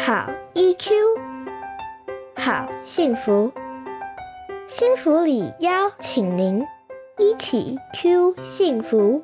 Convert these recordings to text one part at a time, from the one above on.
好 EQ， 好幸福，幸福里邀请您一起 Q 幸福。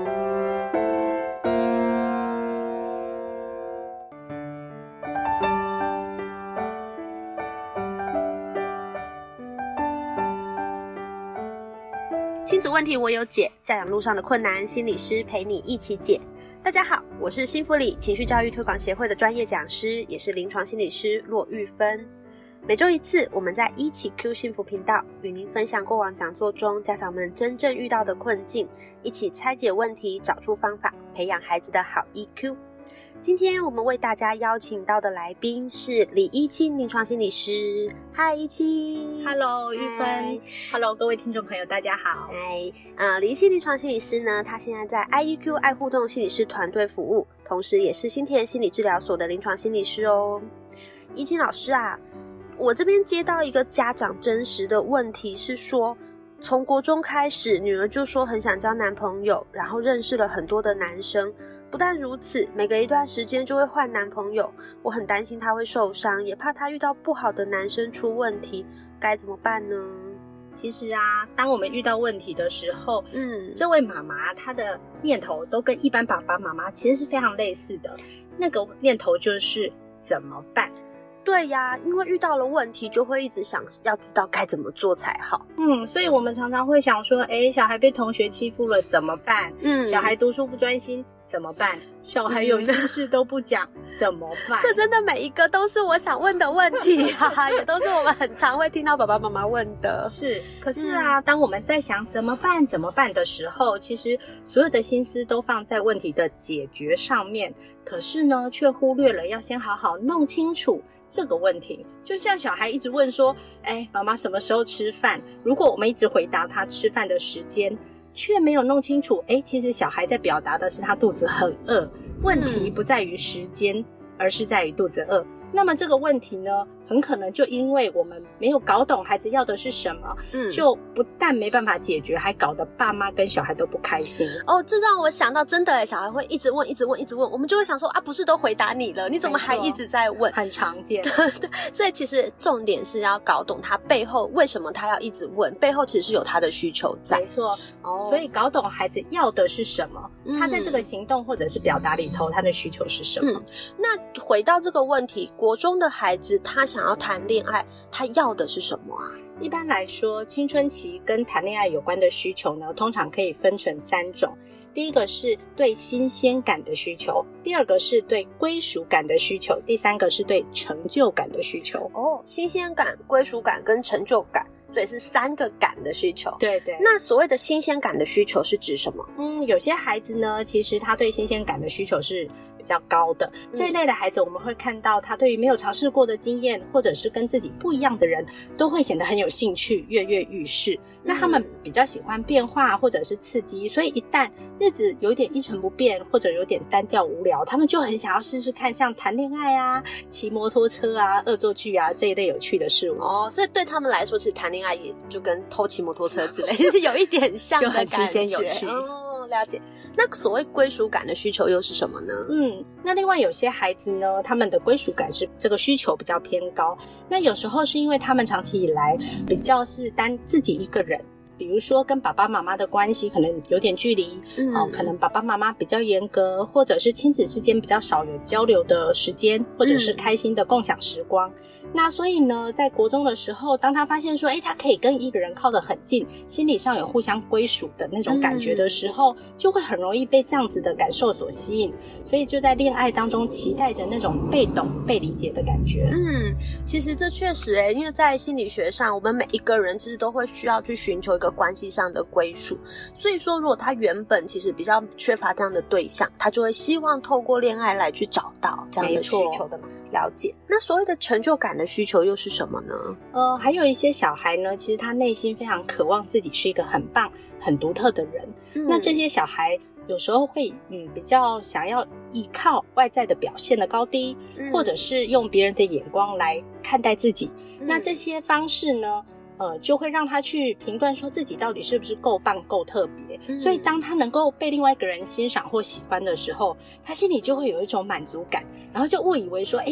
亲子问题我有解，教养路上的困难，心理师陪你一起解。大家好，我是幸福里情绪教育推广协会的专业讲师，也是临床心理师骆玉芬。每周一次，我们在一起 Q 幸福频道与您分享过往讲座中家长们真正遇到的困境，一起拆解问题，找出方法，培养孩子的好 EQ。今天我们为大家邀请到的来宾是李一清临床心理师。嗨，一清。 Hello， 玉芬。Hello， 各位听众朋友，大家好。 李一清临床心理师呢，他现在在 IEQ 爱互动心理师团队服务，同时也是新田心理治疗所的临床心理师哦。一清老师啊，我这边接到一个家长真实的问题是说，从国中开始，女儿就说很想交男朋友，然后认识了很多的男生。不但如此，每隔一段时间就会换男朋友，我很担心他会受伤，也怕他遇到不好的男生出问题，该怎么办呢？ 其实啊，当我们遇到问题的时候，这位妈妈她的念头都跟一般爸爸妈妈其实是非常类似的，那个念头就是怎么办？ 对呀，因为遇到了问题就会一直想要知道该怎么做才好。 所以我们常常会想说，小孩被同学欺负了怎么办？小孩读书不专心怎么办？小孩有心事都不讲怎么办？ 这真的每一个都是我想问的问题啊，也都是我们很常会听到爸爸妈妈问的。 是，可是啊，当我们在想怎么办的时候，其实所有的心思都放在问题的解决上面，可是呢，却忽略了要先好好弄清楚这个问题。就像小孩一直问说，妈妈什么时候吃饭？如果我们一直回答他吃饭的时间，却没有弄清楚，其实小孩在表达的是他肚子很饿，问题不在于时间，而是在于肚子饿。那么这个问题呢，很可能就因为我们没有搞懂孩子要的是什么，就不但没办法解决，还搞得爸妈跟小孩都不开心。 这让我想到，真的小孩会一直问，我们就会想说不是都回答你了，你怎么还一直在问？ 很常见。 对，所以其实重点是要搞懂他背后为什么他要一直问，背后其实是有他的需求在。 没错。所以搞懂孩子要的是什么，他在这个行动或者是表达里头，他的需求是什么。 那回到这个问题，国中的孩子他想要谈恋爱，他要的是什么啊？ 一般来说，青春期跟谈恋爱有关的需求呢，通常可以分成3种。第一个是对新鲜感的需求，第二个是对归属感的需求，第三个是对成就感的需求。 新鲜感、归属感跟成就感，所以是3个感的需求。 对对。 那所谓的新鲜感的需求是指什么？ 有些孩子呢，其实他对新鲜感的需求是比较高的。这一类的孩子，我们会看到他对于没有尝试过的经验，或者是跟自己不一样的人，都会显得很有兴趣，跃跃欲试。那他们比较喜欢变化或者是刺激，所以一旦日子有点一成不变，或者有点单调无聊，他们就很想要试试看，像谈恋爱啊、骑摩托车啊、恶作剧啊这一类有趣的事物。 所以对他们来说，其实谈恋爱也就跟偷骑摩托车之类是有一点像的感觉， 就很新鲜有趣。 了解。那所谓归属感的需求又是什么呢？ 那另外有些孩子呢，他们的归属感是这个需求比较偏高。那有时候是因为他们长期以来比较是单自己一个人，比如说跟爸爸妈妈的关系可能有点距离，可能爸爸妈妈比较严格，或者是亲子之间比较少有交流的时间，或者是开心的共享时光。那所以呢，在国中的时候，当他发现说他可以跟一个人靠得很近，心理上有互相归属的那种感觉的时候，就会很容易被这样子的感受所吸引，所以就在恋爱当中期待着那种被懂被理解的感觉。 其实这确实因为在心理学上，我们每一个人其实都会需要去寻求一个关系上的归属，所以说如果他原本其实比较缺乏这样的对象，他就会希望透过恋爱来去找到这样的需求的嘛。了解。那所谓的成就感的需求又是什么呢？ 还有一些小孩呢，其实他内心非常渴望自己是一个很棒很独特的人。那这些小孩有时候会比较想要依靠外在的表现的高低，或者是用别人的眼光来看待自己。那这些方式呢，就会让他去评断说自己到底是不是够棒够特别。所以当他能够被另外一个人欣赏或喜欢的时候，他心里就会有一种满足感，然后就误以为说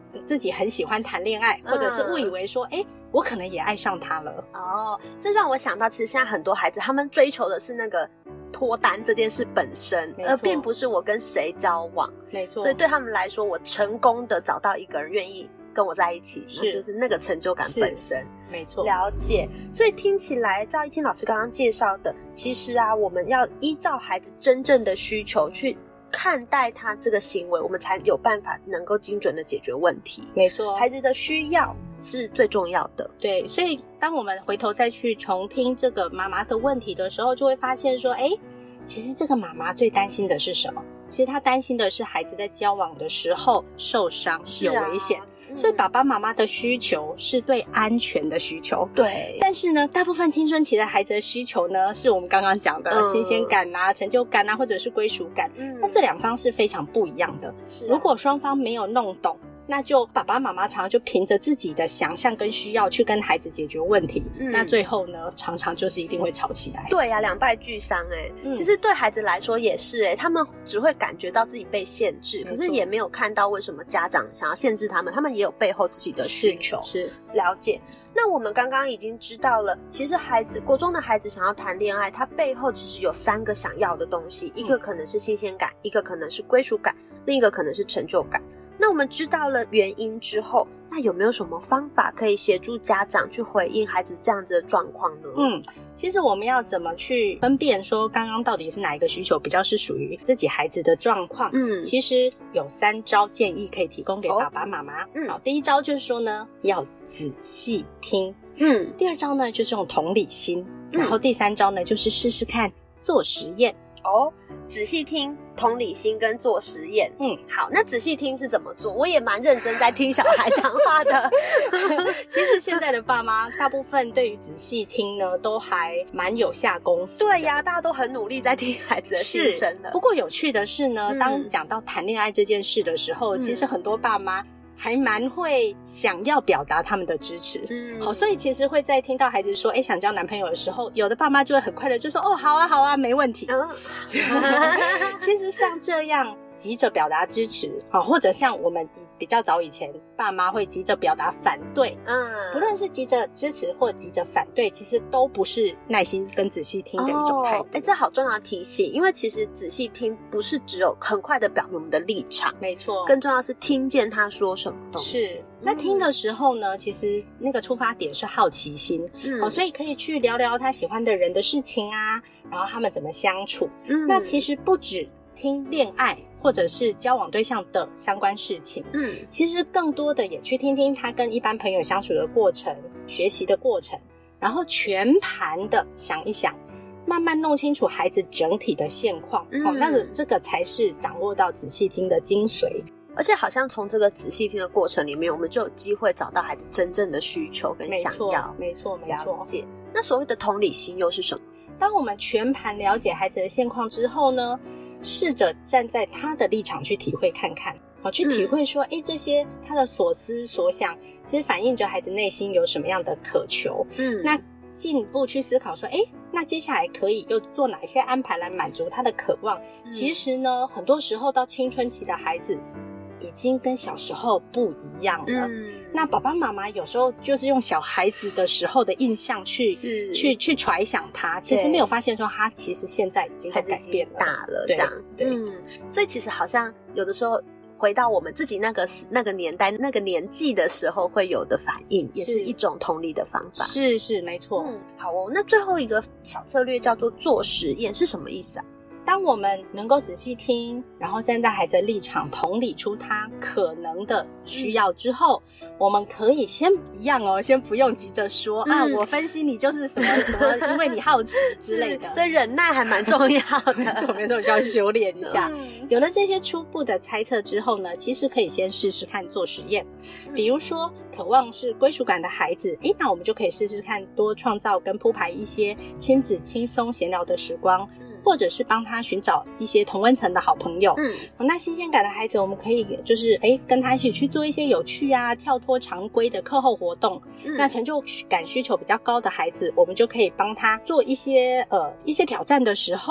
自己很喜欢谈恋爱，或者是误以为说我可能也爱上他了。 这让我想到其实现在很多孩子他们追求的是那个脱单这件事本身，而并不是我跟谁交往。 没错， 所以对他们来说，我成功的找到一个人愿意跟我在一起，那就是那个成就感本身。 没错， 了解。所以听起来赵一清老师刚刚介绍的，其实啊，我们要依照孩子真正的需求去看待他这个行为，我们才有办法能够精准的解决问题。 没错， 孩子的需要是最重要的。 对，所以当我们回头再去重听这个妈妈的问题的时候，就会发现说其实这个妈妈最担心的是什么？其实她担心的是孩子在交往的时候受伤，有危险。所以爸爸妈妈的需求是对安全的需求。 对，但是呢，大部分青春期的孩子的需求呢，是我们刚刚讲的新鲜感啊、成就感啊，或者是归属感。那这两方是非常不一样的。如果双方没有弄懂，那就爸爸妈妈常常就凭着自己的想象跟需要去跟孩子解决问题，那最后呢，常常就是一定会吵起来。 对啊，两败俱伤其实对孩子来说也是他们只会感觉到自己被限制，可是也没有看到为什么家长想要限制他们，他们也有背后自己的需求。 是了解。那我们刚刚已经知道了，其实国中的孩子想要谈恋爱，他背后其实有3个想要的东西，一个可能是新鲜感，一个可能是归属感，另一个可能是成就感。那我们知道了原因之后，那有没有什么方法可以协助家长去回应孩子这样子的状况呢？ 其实我们要怎么去分辨说刚刚到底是哪一个需求比较是属于自己孩子的状况？其实有3招建议可以提供给爸爸妈妈。好，第一招就是说呢，要仔细听。第二招呢，就是用同理心。然后第3招呢，就是试试看做实验。 仔细听、同理心跟做实验。好，那仔细听是怎么做？我也蛮认真在听小孩讲话的。 其实现在的爸妈大部分对于仔细听呢，都还蛮有下功夫。 对呀，大家都很努力在听孩子的心声的。 不过有趣的是呢，当讲到谈恋爱这件事的时候，其实很多爸妈还蛮会想要表达他们的支持。好，所以其实会在听到孩子说想交男朋友的时候，有的爸妈就会很快的就说好啊好啊，没问题。其实像这样急着表达支持，或者像我们比较早以前爸妈会急着表达反对，不论是急着支持或急着反对，其实都不是耐心跟仔细听的一种态度。 这好重要的提醒，因为其实仔细听不是只有很快的表明我们的立场， 没错， 更重要是听见他说什么东西。 是，那听的时候呢，其实那个出发点是好奇心，所以可以去聊聊他喜欢的人的事情啊，然后他们怎么相处。那其实不止听恋爱或者是交往对象的相关事情，其实更多的也去听听他跟一般朋友相处的过程、学习的过程，然后全盘的想一想，慢慢弄清楚孩子整体的现况。那这个才是掌握到仔细听的精髓。 而且好像从这个仔细听的过程里面，我们就有机会找到孩子真正的需求跟想要。 没错。 了解。那所谓的同理心又是什么？ 当我们全盘了解孩子的现况之后呢，试着站在他的立场去体会看看，去体会说这些他的所思所想其实反映着孩子内心有什么样的渴求。那进一步去思考说那接下来可以又做哪一些安排来满足他的渴望。其实呢，很多时候到青春期的孩子已经跟小时候不一样了。那爸爸妈妈有时候就是用小孩子的时候的印象去揣想他，其实没有发现说他其实现在已经改变了， 大了这样。 对， 所以其实好像有的时候回到我们自己那个年代那个年纪的时候会有的反应，也是一种同理的方法。 是没错。 好那最后一个小策略叫做做实验，是什么意思啊？ 当我们能够仔细听，然后站在孩子的立场同理出他可能的需要之后，我们可以先一样先不用急着说我分析你就是什么什么因为你好奇之类的。 所以忍耐还蛮重要的。 没错，需要修炼一下。有了这些初步的猜测之后呢，其实可以先试试看做实验。比如说渴望是归属感的孩子，那我们就可以试试看多创造跟铺排一些亲子轻松闲聊的时光，或者是帮他寻找一些同温层的好朋友。那新鲜感的孩子，我们可以就是跟他一起去做一些有趣啊跳脱常规的课后活动。那成就感需求比较高的孩子，我们就可以帮他做一些挑战的时候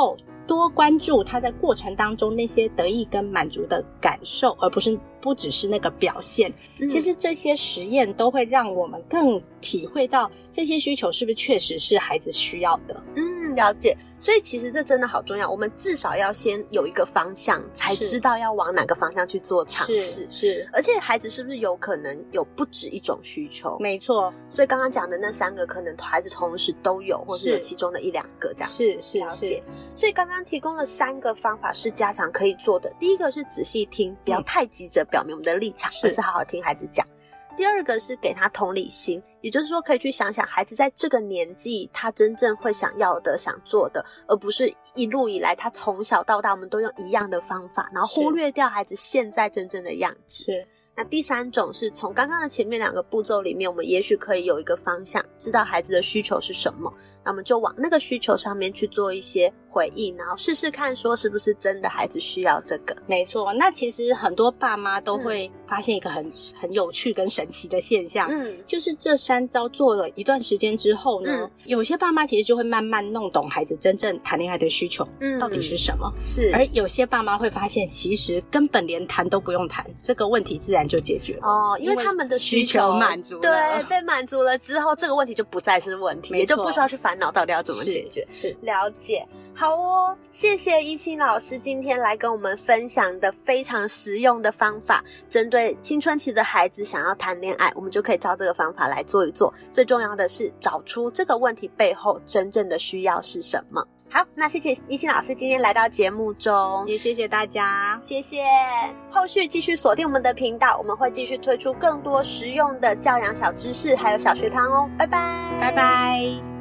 多关注他在过程当中那些得意跟满足的感受，而不只是那个表现。其实这些实验都会让我们更体会到这些需求是不是确实是孩子需要的。 了解。所以其实这真的好重要，我们至少要先有一个方向，才知道要往哪个方向去做尝试。 是， 而且孩子是不是有可能有不止一种需求？ 没错。 所以刚刚讲的那3个，可能孩子同时都有，或是有其中的1-2个这样。 是了解。所以刚刚提供了3个方法是家长可以做的。第一个是仔细听，不要太急着表明我们的立场，而是好好听孩子讲。第二个是给他同理心，也就是说可以去想想孩子在这个年纪他真正会想要的想做的，而不是一路以来他从小到大我们都用一样的方法，然后忽略掉孩子现在真正的样子。 是。 那第3种是从刚刚的前面2个步骤里面，我们也许可以有一个方向，知道孩子的需求是什么，那我们就往那个需求上面去做一些回应，然后试试看说是不是真的孩子需要这个。 没错。那其实很多爸妈都会发现一个很有趣跟神奇的现象，就是这3招做了一段时间之后呢，有些爸妈其实就会慢慢弄懂孩子真正谈恋爱的需求到底是什么。是。而有些爸妈会发现其实根本连谈都不用谈，这个问题自然就解决了。 因为他们的需求满足了， 对，被满足了之后，这个问题就不再是问题，也就不需要去烦恼到底要怎么解决。是了解。好哦，谢谢依清老师今天来跟我们分享的非常实用的方法，针对青春期的孩子想要谈恋爱，我们就可以照这个方法来做一做。最重要的是找出这个问题背后真正的需要是什么。好，那谢谢依清老师今天来到节目中， 也谢谢大家， 谢谢。后续继续锁定我们的频道，我们会继续推出更多实用的教养小知识，还有小学堂哦。拜拜， 拜拜。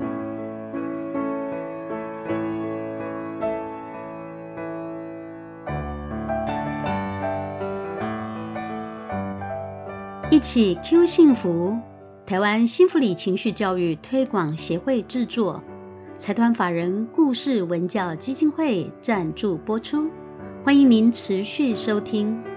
一起 Q 幸福，台湾幸福里情绪教育推广协会制作，财团法人故事文教基金会赞助播出，欢迎您持续收听。